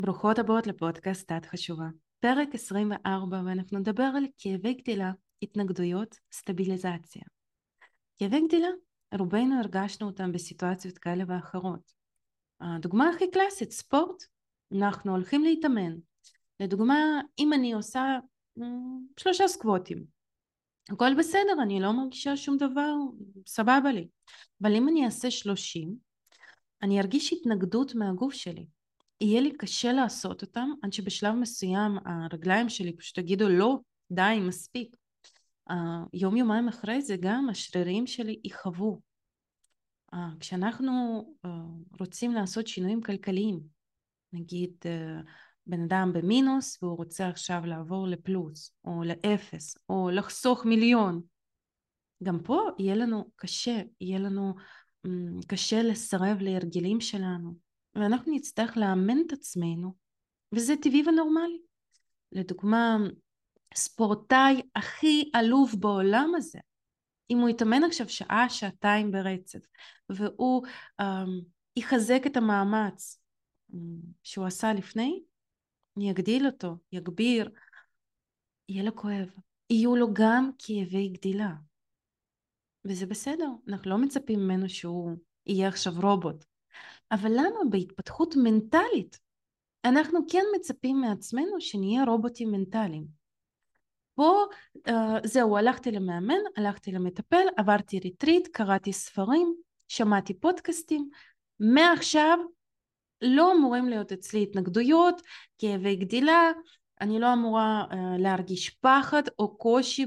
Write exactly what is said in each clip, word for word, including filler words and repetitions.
ברוכות הבאות לפודקאסט תת חשובה. פרק עשרים וארבע, ואנחנו נדבר על כאבי גדילה, התנגדויות, סטביליזציה. כאבי גדילה, רובנו הרגשנו אותם בסיטואציות כאלה ואחרות. הדוגמה הכי קלאסית, ספורט. אנחנו הולכים להתאמן. לדוגמה, אם אני עושה mm, שלושה סקווטים, הכל בסדר, אני לא מרגישה שום דבר, סבבה לי. אבל אם אני אעשה שלושים, אני ארגיש התנגדות מהגוף שלי. יהיה לי קשה לעשות אותם, עד שבשלב מסוים הרגליים שלי פשוט תגידו לא, די, מספיק. Uh, יום יומיים אחרי זה גם השרירים שלי יכאבו. Uh, כשאנחנו uh, רוצים לעשות שינויים כלכליים, נגיד uh, בן אדם במינוס והוא רוצה עכשיו לעבור לפלוס או לאפס או לחסוך מיליון, גם פה יהיה לנו קשה, יהיה לנו um, קשה לסרב להרגלים שלנו, ואנחנו נצטרך לאמן את עצמנו, וזה טבעי ונורמלי. לדוגמה, ספורטאי הכי עלוב בעולם הזה, אם הוא יתאמן עכשיו שעה, שעתיים ברצף, והוא um, יחזק את המאמץ um, שהוא עשה לפני, יגדיל אותו, יגביר, יהיה לו כואב. יהיו לו גם כאבי גדילה. וזה בסדר, אנחנו לא מצפים ממנו שהוא יהיה עכשיו רובוט. אבל למה בהתפתחות מנטלית אנחנו כן מצפים מעצמנו שנהיה רובוטים מנטליים? פה uh, זהו, הלכתי למאמן, הלכתי למטפל, עברתי ריטריט, קראתי ספרים, שמעתי פודקאסטים, מעכשיו לא אמורים להיות אצלי התנגדויות, כאבי גדילה, אני לא אמורה uh, להרגיש פחד או קושי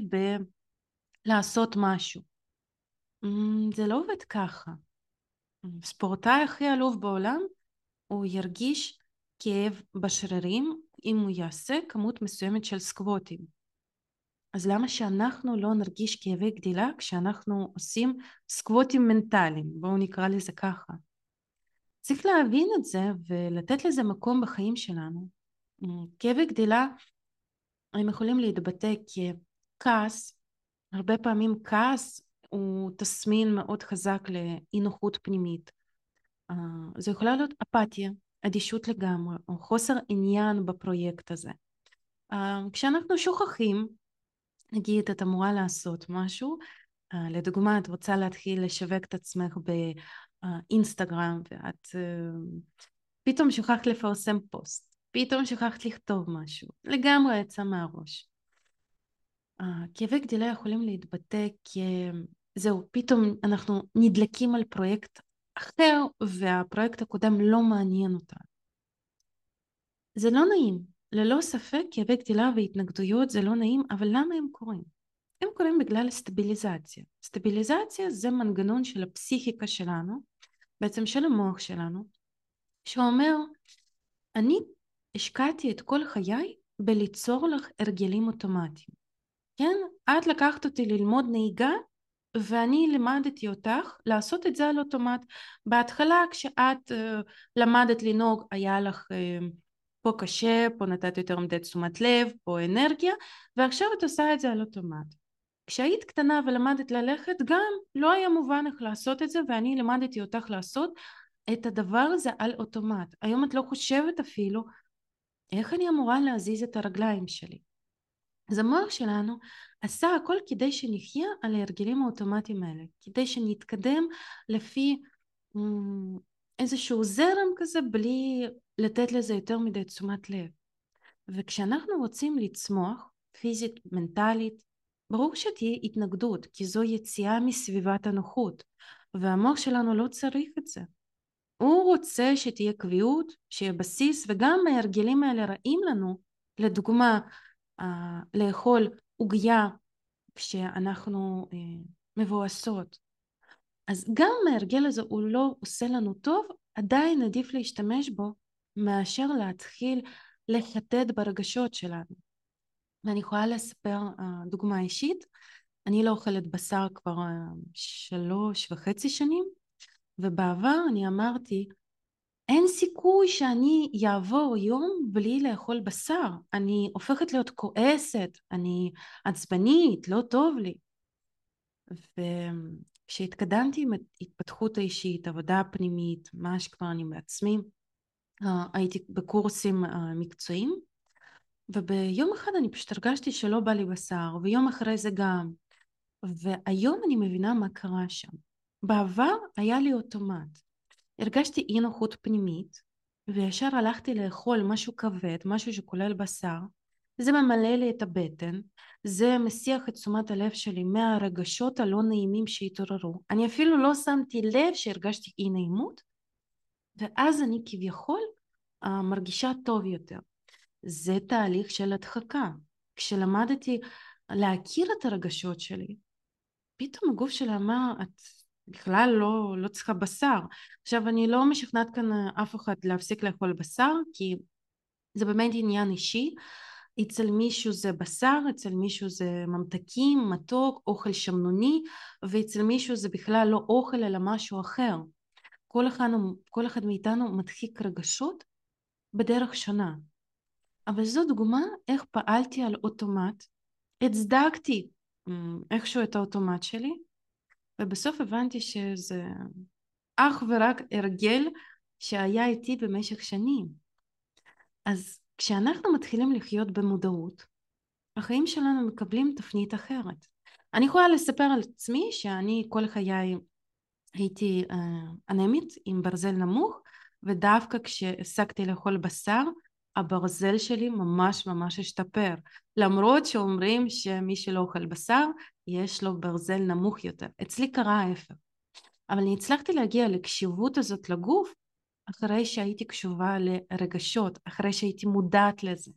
בלעשות משהו. Mm, זה לא עובד ככה. ספורטאי הכי עלוב בעולם, הוא ירגיש כאב בשרירים אם הוא יעשה כמות מסוימת של סקווטים. אז למה שאנחנו לא נרגיש כאבי גדילה כשאנחנו עושים סקווטים מנטליים? בואו נקרא לזה ככה. צריך להבין את זה ולתת לזה מקום בחיים שלנו. כאבי גדילה הם יכולים להתבטא ככעס. הרבה פעמים כעס הוא תסמין מאוד חזק לאי נוחות פנימית. זו יכולה להיות אפתיה, אדישות לגמרי, או חוסר עניין בפרויקט הזה. כשאנחנו שוכחים, נגיד את אמורה לעשות משהו, uh, לדוגמה את רוצה להתחיל לשווק את עצמך באינסטגרם, ואת uh, פתאום שוכחת לפרסם פוסט, פתאום שוכחת לכתוב משהו, לגמרי יצא מהראש. Uh, כאבי גדילה יכולים להתבטא כזהו, פתאום אנחנו נדלקים על פרויקט אחר, והפרויקט הקודם לא מעניין אותה. זה לא נעים, ללא ספק כאבי גדילה והתנגדויות זה לא נעים, אבל למה הם קורים? הם קוראים בגלל סטביליזציה. סטביליזציה זה מנגנון של הפסיכיקה שלנו, בעצם של המוח שלנו, שאומר, אני השקעתי את כל חיי בליצור לך הרגלים אוטומטיים. כן? את לקחת אותי ללמוד נהיגה, ואני למדתי אותך לעשות את זה על אוטומט. בהתחלה כשאת uh, למדת לנהוג, היה לך uh, פה קשה, פה נתת יותר מדי תשומת לב, פה אנרגיה, ועכשיו את עושה את זה על אוטומט. כשהיית קטנה ולמדת ללכת, גם לא היה מובן איך לעשות את זה, ואני למדתי אותך לעשות את הדבר הזה על אוטומט. היום את לא חושבת אפילו איך אני אמורה להזיז את הרגליים שלי. אז המוח שלנו עשה הכל כדי שנחיה על ההרגלים האוטומטיים האלה, כדי שנתקדם לפי איזשהו זרם כזה, בלי לתת לזה יותר מדי תשומת לב. וכשאנחנו רוצים לצמוח פיזית, מנטלית, ברור שתהיה התנגדות, כי זו יציאה מסביבת הנוחות, והמוח שלנו לא צריך את זה. הוא רוצה שתהיה קביעות, שיהיה בסיס, וגם ההרגלים האלה רעים לנו, לדוגמה, אה, לאכול עוגיה כשאנחנו אה, מבואסות. אז גם ההרגל הזה הוא לא עושה לנו טוב, עדיין עדיף להשתמש בו, מאשר להתחיל לחטט ברגשות שלנו. ואני יכולה לספר uh, דוגמה אישית. אני לא אוכלת בשר כבר uh, שלוש וחצי שנים, ובעבר אני אמרתי, אין סיכוי שאני יעבור יום בלי לאכול בשר. אני הופכת להיות כועסת, אני עצבנית, לא טוב לי. וכשהתקדמתי עם התפתחות האישית, עבודה פנימית, מה שכבר אני בעצמי, הייתי בקורסים מקצועיים, וביום אחד אני פשוט הרגשתי שלא בא לי בשר, ויום אחרי זה גם. והיום אני מבינה מה קרה שם. בעבר היה לי אוטומט. הרגשתי אי נוחות פנימית, וישר הלכתי לאכול משהו כבד, משהו שכולל בשר. זה ממלא לי את הבטן, זה מסיח את תשומת הלב שלי מהרגשות הלא נעימים שהתעוררו. אני אפילו לא שמתי לב שהרגשתי אי נעימות, ואז אני כביכול uh, מרגישה טוב יותר. זה תהליך של הדחקה. כשלמדתי להכיר את הרגשות שלי, פתאום הגוף שלה אמר, את בכלל לא, לא צריכה בשר. עכשיו, אני לא משכנעת כאן אף אחד להפסיק לאכול בשר, כי זה באמת עניין אישי. אצל מישהו זה בשר, אצל מישהו זה ממתקים, מתוק, אוכל שמנוני, ואצל מישהו זה בכלל לא אוכל אלא משהו אחר. כל אחד, כל אחד מאיתנו מדחיק רגשות בדרך שונה. אבל זו דוגמה איך פעלתי על אוטומט, הצדקתי איכשהו את האוטומט שלי, ובסוף הבנתי שזה אך ורק הרגל שהיה איתי במשך שנים. אז כשאנחנו מתחילים לחיות במודעות, החיים שלנו מקבלים תפנית אחרת. אני יכולה לספר על עצמי שאני כל חיי הייתי אה, אנמית עם ברזל נמוך, ודווקא כשהפסקתי לאכול בשר, הברזל שלי ממש ממש השתפר. למרות שאומרים שמי שלא אוכל בשר, יש לו ברזל נמוך יותר. אצלי קרה ההפך. אבל אני הצלחתי להגיע לקשיבות הזאת לגוף, אחרי שהייתי קשובה לרגשות, אחרי שהייתי מודעת לזה.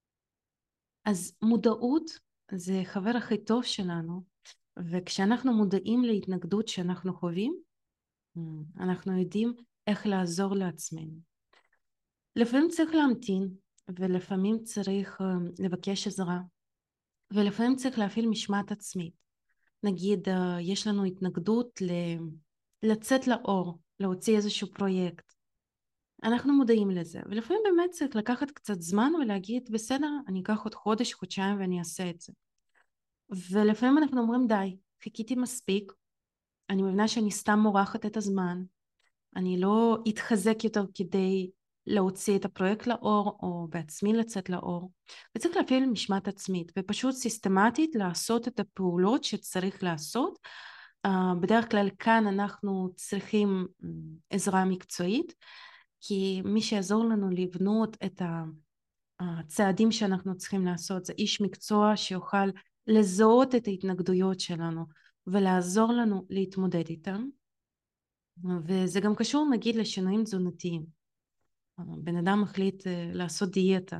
אז מודעות זה חבר הכי טוב שלנו, וכשאנחנו מודעים להתנגדות שאנחנו חווים, אנחנו יודעים איך לעזור לעצמנו. לפעמים צריך להמתין, ולפעמים צריך לבקש עזרה, ולפעמים צריך להפעיל משמעת עצמית. נגיד, יש לנו התנגדות לצאת לאור, להוציא איזשהו פרויקט. אנחנו מודעים לזה, ולפעמים באמת צריך לקחת קצת זמן ולהגיד, בסדר, אני אקח עוד חודש, חודשיים ואני אעשה את זה. ולפעמים אנחנו אומרים, די, חיכיתי מספיק, אני מבינה שאני סתם מורחת את הזמן, אני לא אתחזק יותר כדי להוציא את הפרויקט לאור, או בעצמי לצאת לאור, וצריך להפעיל משמעת עצמית, ופשוט סיסטמטית לעשות את הפעולות שצריך לעשות. בדרך כלל כאן אנחנו צריכים עזרה מקצועית, כי מי שיעזור לנו לבנות את הצעדים שאנחנו צריכים לעשות, זה איש מקצוע שיוכל לזהות את ההתנגדויות שלנו, ולעזור לנו להתמודד איתם. וזה גם קשור נגיד לשינויים תזונתיים. בן אדם מחליט לעשות דיאטה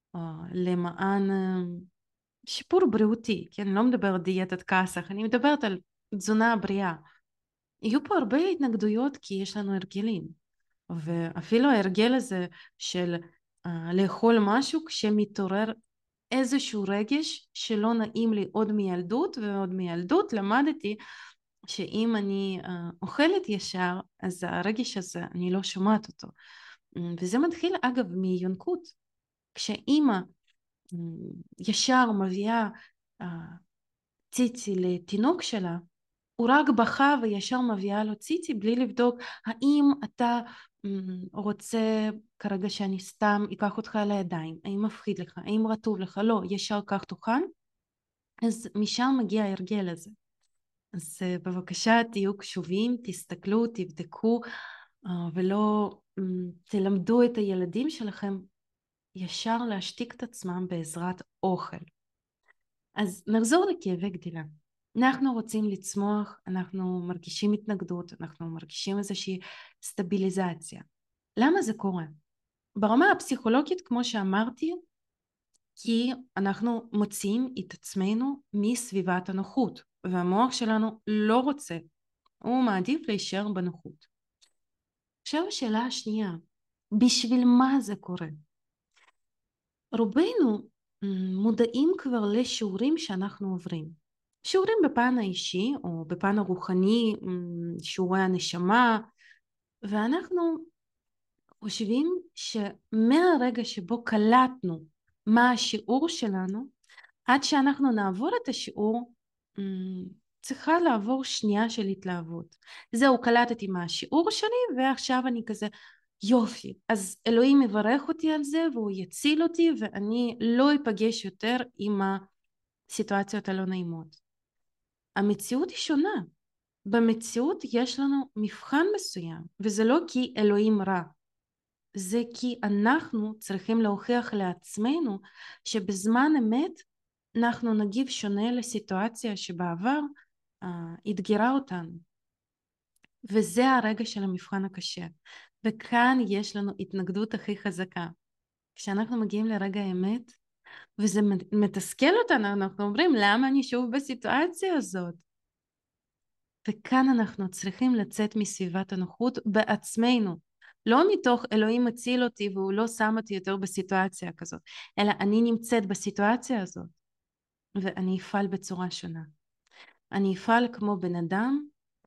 למען שיפור בריאותי, כן? אני לא מדברת דיאטת כסח, אני מדברת על תזונה בריאה. יהיו פה הרבה התנגדויות כי יש לנו הרגלים, ואפילו ההרגל הזה של uh, לאכול משהו כשמתעורר איזשהו רגש שלא נעים לי עוד מילדות, ועוד מילדות למדתי שאם אני uh, אוכלת ישר, אז הרגש הזה אני לא שומעת אותו. וזה מתחיל אגב מיונקות. כשאימא um, ישר מביאה uh, ציצי לתינוק שלה, הוא רק בכה וישר מביאה לו ציצי בלי לבדוק האם אתה um, רוצה כרגע שאני סתם אקח אותך על הידיים, האם מפחיד לך, האם רטוב לך, לא, ישר כך תאכל. אז משם מגיע ההרגל הזה. אז uh, בבקשה תהיו קשובים, תסתכלו, תבדקו, uh, ולא um, תלמדו את הילדים שלכם ישר להשתיק את עצמם בעזרת אוכל. אז נחזור לכאבי גדילה. אנחנו רוצים לצמוח, אנחנו מרגישים התנגדות, אנחנו מרגישים איזושהי סטביליזציה. למה זה קורה? ברמה הפסיכולוגית, כמו שאמרתי, כי אנחנו מוציאים את עצמנו מסביבת הנוחות, והמוח שלנו לא רוצה, הוא מעדיף להישאר בנוחות. עכשיו השאלה השנייה, בשביל מה זה קורה? רובנו מודעים כבר לשיעורים שאנחנו עוברים. שיעורים בפן האישי או בפן הרוחני, שיעורי הנשמה, ואנחנו חושבים שמהרגע שבו קלטנו מה השיעור שלנו, עד שאנחנו נעבור את השיעור, צריכה לעבור שנייה של התלהבות. זהו, קלטתי מה השיעור שלי, ועכשיו אני כזה, יופי, אז אלוהים יברך אותי על זה והוא יציל אותי ואני לא אפגש יותר עם הסיטואציות הלא נעימות. המציאות היא שונה. במציאות יש לנו מבחן מסוים, וזה לא כי אלוהים רע, זה כי אנחנו צריכים להוכיח לעצמנו שבזמן אמת אנחנו נגיב שונה לסיטואציה שבעבר uh, התגרה אותנו. וזה הרגע של המבחן הקשה. וכאן יש לנו התנגדות הכי חזקה. כשאנחנו מגיעים לרגע האמת, וזה מתסכל אותנו, אנחנו אומרים, למה אני שוב בסיטואציה הזאת? וכאן אנחנו צריכים לצאת מסביבת הנוחות בעצמנו. לא מתוך אלוהים מציל אותי והוא לא שם אותי יותר בסיטואציה כזאת, אלא אני נמצאת בסיטואציה הזאת, ואני אפעל בצורה שונה. אני אפעל כמו בן אדם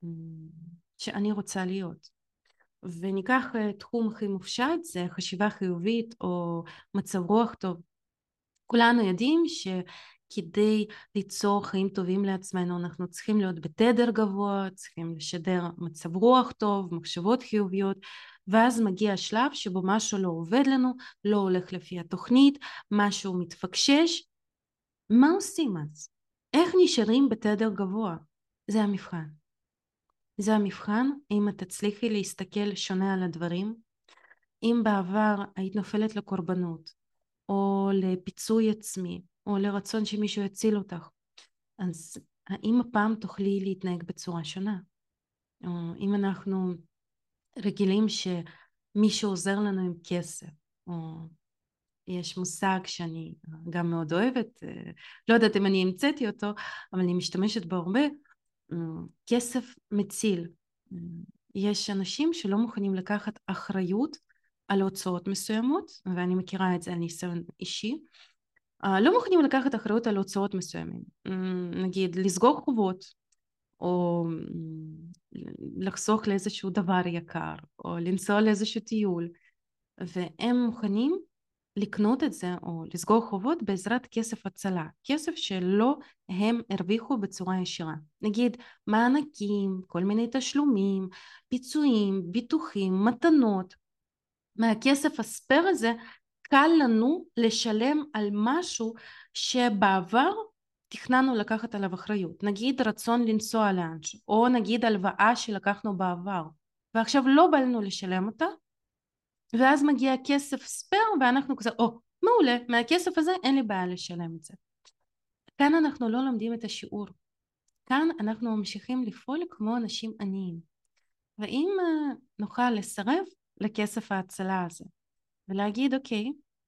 שאני רוצה להיות. וניקח תחום הכי מופשט, זה חשיבה חיובית או מצב רוח טוב. כולנו יודעים שכדי ליצור חיים טובים לעצמנו אנחנו צריכים להיות בתדר גבוה, צריכים לשדר מצב רוח טוב, מחשבות חיוביות, ואז מגיע השלב שבו משהו לא עובד לנו, לא הולך לפי התוכנית, משהו מתפקשש. מה עושים אז? איך נשארים בתדר גבוה? זה המבחן. זה המבחן, אם את תצליחי להסתכל שונה על הדברים. אם בעבר היית נופלת לקורבנות, או לפיצוי עצמי, או לרצון שמישהו יציל אותך, אז האם הפעם תוכלי להתנהג בצורה שונה? או אם אנחנו רגילים שמישהו עוזר לנו עם כסף, או יש מושג שאני גם מאוד אוהבת, לא יודעת אם אני המצאתי אותו, אבל אני משתמשת בו הרבה, כסף מציל. יש אנשים שלא מוכנים לקחת אחריות על הוצאות מסוימות, ואני מכירה את זה על ניסיון אישי, לא מוכנים לקחת אחריות על הוצאות מסוימים, נגיד לסגור חובות, או לחסוך לאיזשהו דבר יקר, או לנסוע לאיזשהו טיול, והם מוכנים לקנות את זה או לסגור חובות בעזרת כסף הצלה, כסף שלא הם הרוויחו בצורה ישירה, נגיד מענקים, כל מיני תשלומים, פיצויים, ביטוחים, מתנות. מהכסף הספר הזה קל לנו לשלם על משהו שבעבר תכננו לקחת עליו אחריות, נגיד רצון לנסוע לאנשהו, או נגיד הלוואה שלקחנו בעבר ועכשיו לא בא לנו לשלם אותה, ואז מגיע כסף ספר ואנחנו כזה, או, מעולה, מהכסף הזה אין לי בעיה לשלם את זה. כאן אנחנו לא לומדים את השיעור. כאן אנחנו ממשיכים לפעול כמו אנשים עניים. ואם נוכל לסרב לכסף ההצלה הזה, ולהגיד, אוקיי,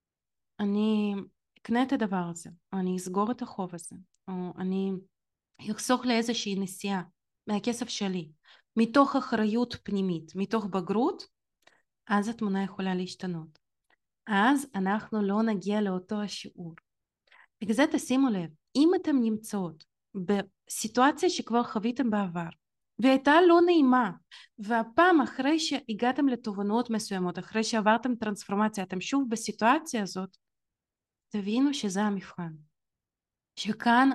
אני אקנה את הדבר הזה, או אני אסגור את החוב הזה, או אני אחסוך לאיזושהי נסיעה מהכסף שלי, מתוך אחריות פנימית, מתוך בגרות, אז התמונה יכולה להשתנות. אז אנחנו לא נגיע לאותו השיעור. בגלל זה תשימו לב, אם אתם נמצאות בסיטואציה שכבר חוויתם בעבר, והייתה לא נעימה, והפעם אחרי שהגעתם לתובנות מסוימות, אחרי שעברתם טרנספורמציה, אתם שוב בסיטואציה הזאת, תבינו שזה המבחן. שכאן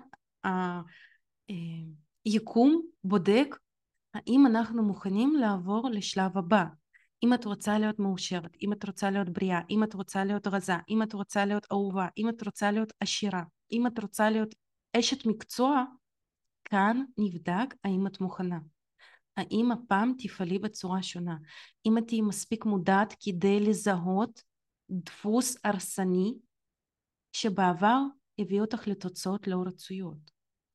היקום בודק האם אנחנו מוכנים לעבור לשלב הבא. אם את רוצה להיות מאושרת, אם את רוצה להיות בריאה, אם את רוצה להיות רזה, אם את רוצה להיות אהובה, אם את רוצה להיות עשירה, אם את רוצה להיות אשת מקצוע, כאן נבדק האם את מוכנה. האם הפעם תפעלי בצורה שונה. אם את תהיי מספיק מודעת כדי לזהות דפוס הרסני שבעבר הביא אותך לתוצאות לא רצויות.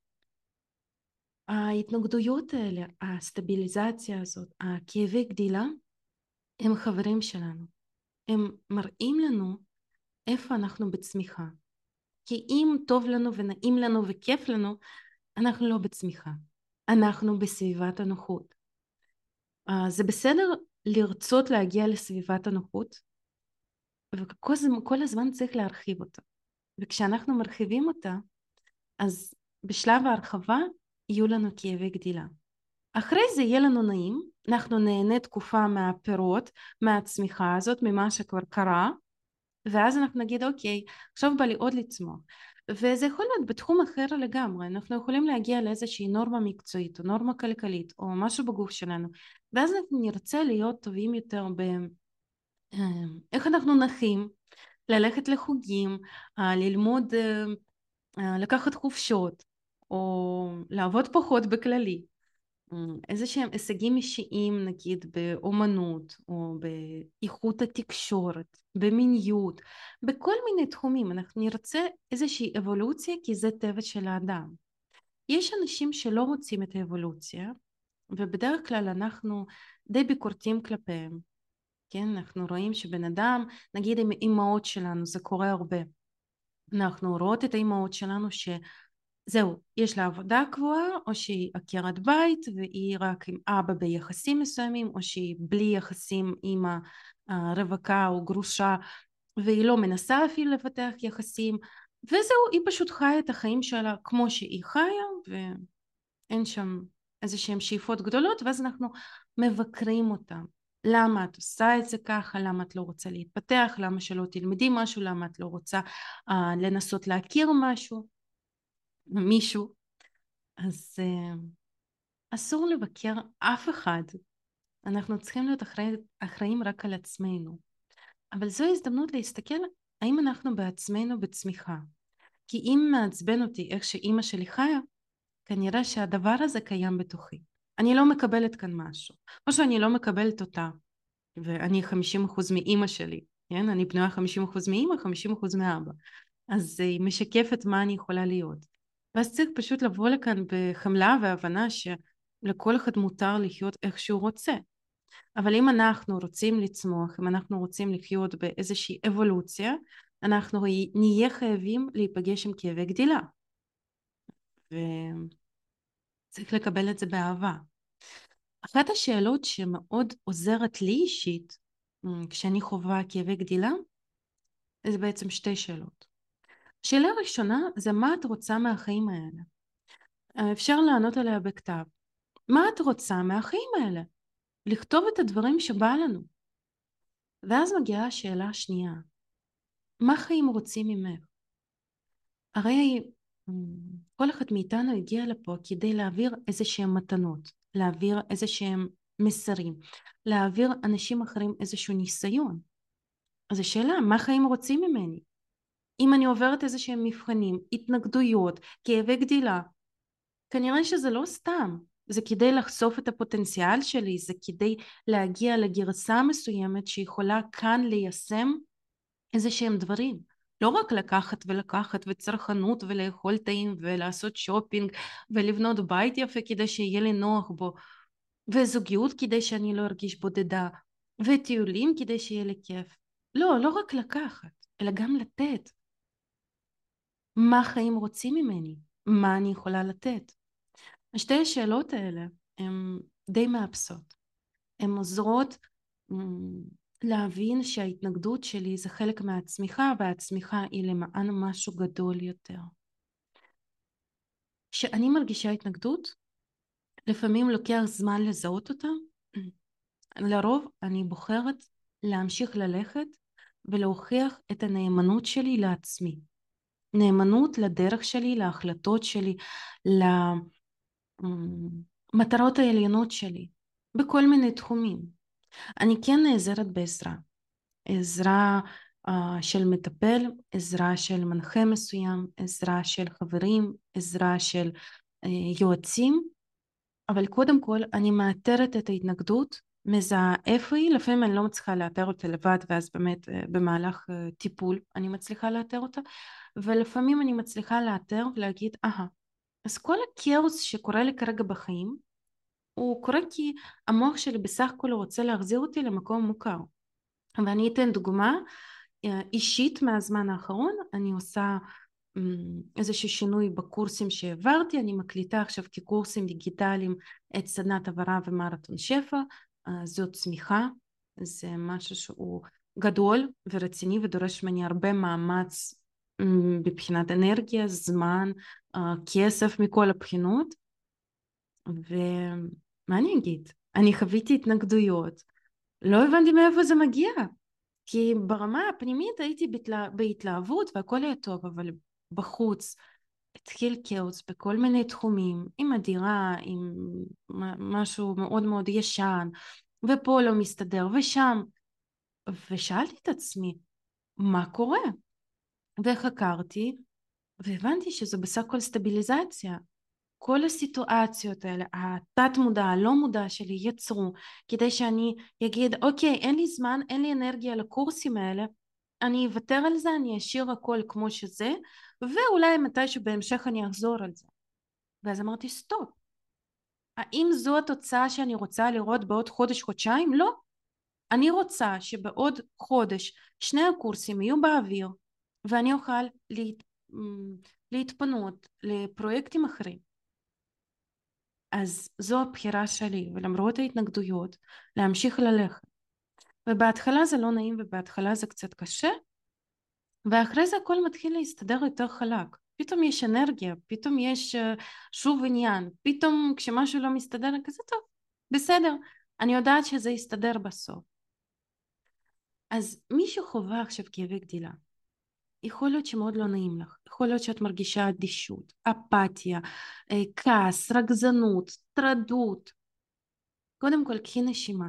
ההתנגדויות האלה, הסטביליזציה הזאת, הכאבי גדילה, הם חברים שלנו. הם מראים לנו איפה אנחנו בצמיחה. כי אם טוב לנו ונעים לנו וכיף לנו, אנחנו לא בצמיחה. אנחנו בסביבת הנוחות. זה בסדר לרצות להגיע לסביבת הנוחות, וכל הזמן צריך להרחיב אותה. וכשאנחנו מרחיבים אותה, אז בשלב ההרחבה יהיו לנו כאבי גדילה. אחרי זה יהיה לנו נעים, אנחנו נהנה תקופה מהפירות, מהצמיחה הזאת, ממה שכבר קרה, ואז אנחנו נגיד, אוקיי, עכשיו בא לי עוד לצמוח. וזה יכול להיות בתחום אחר לגמרי, אנחנו יכולים להגיע לאיזושהי נורמה מקצועית, או נורמה כלכלית, או משהו בגוף שלנו, ואז אנחנו נרצה להיות טובים יותר איך אנחנו נחים, ללכת לחוגים, ללמוד, לקחת חופשות, או לעבוד פחות בכללי. איזה שהם הישגים אישיים, נגיד באומנות, או באיכות התקשורת, במיניות, בכל מיני תחומים. אנחנו נרצה איזושהי אבולוציה, כי זה טבע של האדם. יש אנשים שלא רוצים את האבולוציה, ובדרך כלל אנחנו די ביקורתיים כלפיהם. כן, אנחנו רואים שבן אדם, נגיד עם אימהות שלנו, זה קורה הרבה. אנחנו רואות את האימהות שלנו שזהו, יש לה עבודה קבועה, או שהיא עקרת בית והיא רק עם אבא ביחסים מסוימים, או שהיא בלי יחסים עם הרווקה או גרושה, והיא לא מנסה אפילו לפתח יחסים, וזהו, היא פשוט חיה את החיים שלה כמו שהיא חיה, ואין שם איזה שהן שאיפות גדולות, ואז אנחנו מבקרים אותם. למה את עושה את זה ככה? למה את לא רוצה להתפתח? למה שלא תלמדי משהו? למה את לא רוצה uh, לנסות להכיר משהו? מישהו? אז uh, אסור לבקר אף אחד. אנחנו צריכים להיות אחראי, אחראים רק על עצמנו. אבל זו הזדמנות להסתכל האם אנחנו בעצמנו בצמיחה. כי אם מעצבן אותי איך שאימא שלי חיה, כנראה שהדבר הזה קיים בתוכי. אני לא מקבלת כאן משהו. או שאני לא מקבלת אותה. ואני חמישים אחוז מאימא שלי, כן? אני בנויה חמישים אחוז מאימא, חמישים אחוז מאבא. אז היא משקפת מה אני יכולה להיות. ואז צריך פשוט לבוא לכאן בחמלה והבנה שלכל אחד מותר לחיות איך שהוא רוצה. אבל אם אנחנו רוצים לצמוח, אם אנחנו רוצים לחיות באיזושהי אבולוציה, אנחנו נהיה חייבים להיפגש עם כאבי גדילה. וצריך לקבל את זה באהבה. אחת השאלות שמאוד עוזרת לי אישית, כשאני חווה כאבי גדילה, זה בעצם שתי שאלות. שאלה ראשונה זה מה את רוצה מהחיים האלה? אפשר לענות עליה בכתב. מה את רוצה מהחיים האלה? לכתוב את הדברים שבא לנו. ואז מגיעה השאלה השנייה. מה חיים רוצים ממך? הרי כל אחד מאיתנו הגיע לפה כדי להעביר איזה שהם מתנות, להעביר איזה שהם מסרים, להעביר אנשים אחרים איזשהו ניסיון. אז השאלה, מה חיים רוצים ממני? אם אני עוברת איזה שהם מבחנים, התנגדויות, כאבי גדילה, כנראה שזה לא סתם. זה כדי לחשוף את הפוטנציאל שלי, זה כדי להגיע לגרסה מסוימת שיכולה כאן ליישם איזה שהם דברים. לא רק לקחת ולקחת וצרכנות ולאכול טעים ולעשות שופינג ולבנות בית יפה כדי שיהיה לי נוח בו, וזוגיות כדי שאני לא ארגיש בודדה, וטיולים כדי שיהיה לי כיף. לא, לא רק לקחת, אלא גם לתת. מה חיים רוצים ממני? מה אני יכולה לתת? שתי השאלות האלה הן די מאפסות. הן עוזרות להבין שההתנגדות שלי זה חלק מהצמיחה, והצמיחה היא למען משהו גדול יותר. כשאני מרגישה התנגדות, לפעמים לוקח זמן לזהות אותה. לרוב אני בוחרת להמשיך ללכת ולהוכיח את הנאמנות שלי לעצמי. נאמנות לדרך שלי, להחלטות שלי, למטרות העליונות שלי, בכל מיני תחומים. אני כן נעזרת בעזרה. עזרה uh, של מטפל, עזרה של מנחה מסוים, עזרה של חברים, עזרה של uh, יועצים, אבל קודם כל אני מאתרת את ההתנגדות, מזהה איפה היא, לפעמים אני לא מצליחה לאתר אותה לבד, ואז באמת uh, במהלך uh, טיפול אני מצליחה לאתר אותה, ולפעמים אני מצליחה לאתר ולהגיד, אהה, אז כל הכאוס שקורה לי כרגע בחיים, הוא קורה כי המוח שלי בסך הכל רוצה להחזיר אותי למקום מוכר. ואני אתן דוגמה אישית מהזמן האחרון. אני עושה איזשהו שינוי בקורסים שהעברתי, אני מקליטה עכשיו כקורסים דיגיטליים את סדנת עברה ומרתון שפע. זאת צמיחה, זה משהו שהוא גדול ורציני ודורש ממני הרבה מאמץ מבחינת אנרגיה, זמן, כסף מכל הבחינות. ומה אני אגיד? אני חוויתי התנגדויות, לא הבנתי מאיפה זה מגיע, כי ברמה הפנימית הייתי בהתלה... בהתלהבות והכל היה טוב, אבל בחוץ התחיל כאוס בכל מיני תחומים, עם הדירה, עם משהו מאוד מאוד ישן, ופה לא מסתדר, ושם. ושאלתי את עצמי, מה קורה? וחקרתי, והבנתי שזה בסך הכל סטביליזציה. כל הסיטואציות האלה, התת מודע, הלא מודע שלי יצרו, כדי שאני אגיד, אוקיי, אין לי זמן, אין לי אנרגיה לקורסים האלה, אני אוותר על זה, אני אשאיר הכל כמו שזה, ואולי מתישהו בהמשך אני אחזור על זה. ואז אמרתי, סטופ. האם זו התוצאה שאני רוצה לראות בעוד חודש, חודשיים? לא. אני רוצה שבעוד חודש שני הקורסים יהיו באוויר, ואני אוכל להת... להתפנות לפרויקטים אחרים. אז זו הבחירה שלי, ולמרות ההתנגדויות, להמשיך ללכת. ובהתחלה זה לא נעים, ובהתחלה זה קצת קשה, ואחרי זה הכל מתחיל להסתדר יותר חלק. פתאום יש אנרגיה, פתאום יש uh, שוב עניין, פתאום כשמשהו לא מסתדר, כזה טוב, בסדר, אני יודעת שזה יסתדר בסוף. אז מי שחווה עכשיו כאבי גדילה, יכול להיות שמאוד לא נעים לך, יכול להיות שאת מרגישה אדישות, אפתיה, כעס, רגזנות, טרדות. קודם כל, קחי נשימה.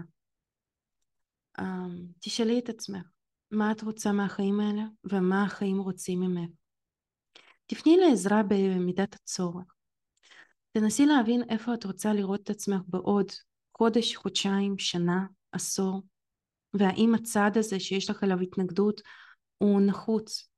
תשאלי את עצמך, מה את רוצה מהחיים האלה ומה החיים רוצים ממך. תפני לעזרה במידת הצורך. תנסי להבין איפה את רוצה לראות את עצמך בעוד חודש, חודשיים, שנה, עשור, והאם הצעד הזה שיש לך עליו התנגדות הוא נחוץ.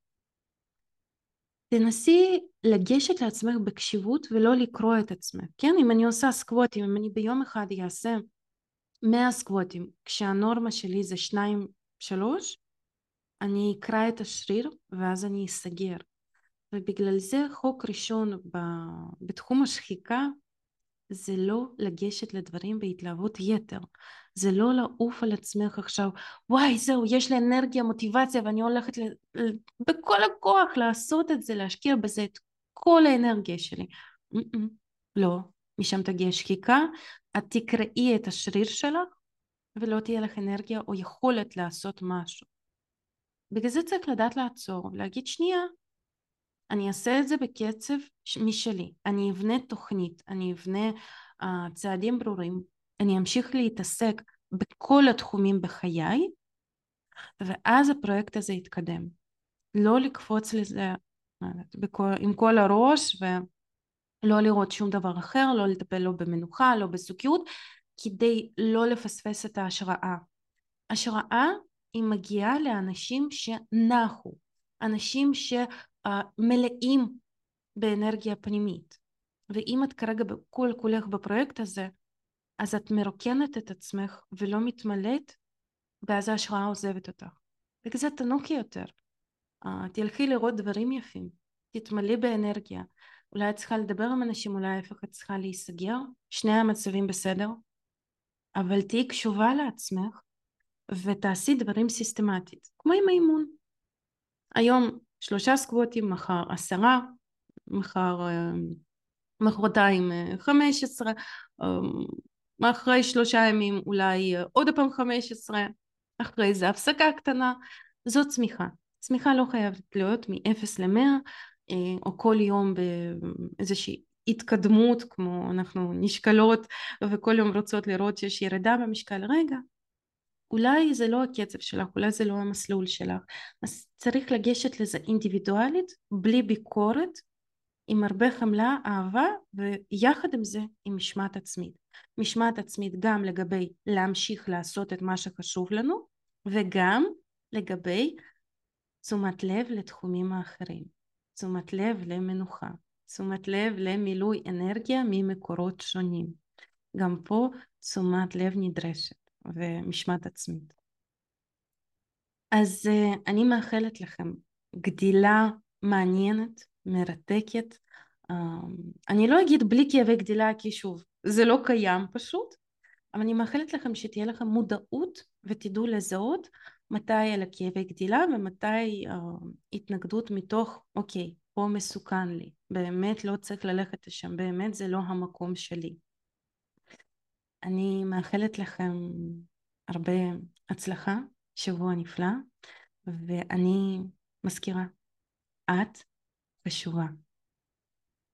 תנסי לגשת לעצמך בקשיבות ולא לקרוא את עצמך. כן, אם אני עושה סקווטים, אם אני ביום אחד אעשה מאה סקווטים, כשהנורמה שלי זה שניים, שלוש, אני אקרא את השריר ואז אני אסגר. ובגלל זה חוק ראשון בתחום השחיקה זה לא לגשת לדברים בהתלהבות יתר. זה לא לעוף על עצמך עכשיו, וואי זהו, יש לי אנרגיה, מוטיבציה ואני הולכת ל... בכל הכוח לעשות את זה, להשקיע בזה את כל האנרגיה שלי. לא, משם תגיע שחיקה, את תקראי את השריר שלך ולא תהיה לך אנרגיה או יכולת לעשות משהו. בגלל זה צריך לדעת לעצור ולהגיד שנייה, אני אעשה את זה בקצב משלי, אני אבנה תוכנית, אני אבנה uh, צעדים ברורים, אני אמשיך להתעסק בכל התחומים בחיי, ואז הפרויקט הזה יתקדם. לא לקפוץ לזה בכל, עם כל הראש ולא לראות שום דבר אחר, לא לטפל לא במנוחה, לא בסוכיות, כדי לא לפספס את ההשראה. השראה היא מגיעה לאנשים שנחו, אנשים שמלאים באנרגיה פנימית. ואם את כרגע בכל כולך בפרויקט הזה, אז את מרוקנת את עצמך ולא מתמלאת, ואז ההשראה עוזבת אותך. וכזה תנוקי יותר. Uh, תלכי לראות דברים יפים, תתמלאי באנרגיה. אולי את צריכה לדבר עם אנשים, אולי ההפך את צריכה להיסגר, שני המצבים בסדר, אבל תהיי קשובה לעצמך, ותעשי דברים סיסטמטית, כמו עם האימון. היום שלושה סקווטים, מחר עשרה, מחר מחרתיים חמש עשרה, אחרי שלושה ימים אולי עוד פעם חמש עשרה, אחרי זה הפסקה קטנה. זאת צמיחה. צמיחה לא חייבת להיות מ-אפס ל-מאה, או כל יום באיזושהי התקדמות, כמו אנחנו נשקלות וכל יום רוצות לראות שיש ירידה במשקל. רגע, אולי זה לא הקצב שלך, אולי זה לא המסלול שלך, אז צריך לגשת לזה אינדיבידואלית, בלי ביקורת, עם הרבה חמלה, אהבה, ויחד עם זה עם משמעת עצמית. משמעת עצמית גם לגבי להמשיך לעשות את מה שחשוב לנו, וגם לגבי תשומת לב לתחומים האחרים, תשומת לב למנוחה, תשומת לב למילוי אנרגיה ממקורות שונים. גם פה תשומת לב נדרשת. ומשמעת עצמית. אז uh, אני מאחלת לכם גדילה מעניינת, מרתקת. Uh, אני לא אגיד בלי כאבי גדילה, כי שוב, זה לא קיים פשוט, אבל אני מאחלת לכם שתהיה לכם מודעות ותדעו לזהות מתי אלה כאבי גדילה ומתי uh, התנגדות מתוך, אוקיי, פה מסוכן לי, באמת לא צריך ללכת לשם, באמת זה לא המקום שלי. אני מאחלת לכם הרבה הצלחה, שבוע נפלא, ואני מזכירה, את חשובה.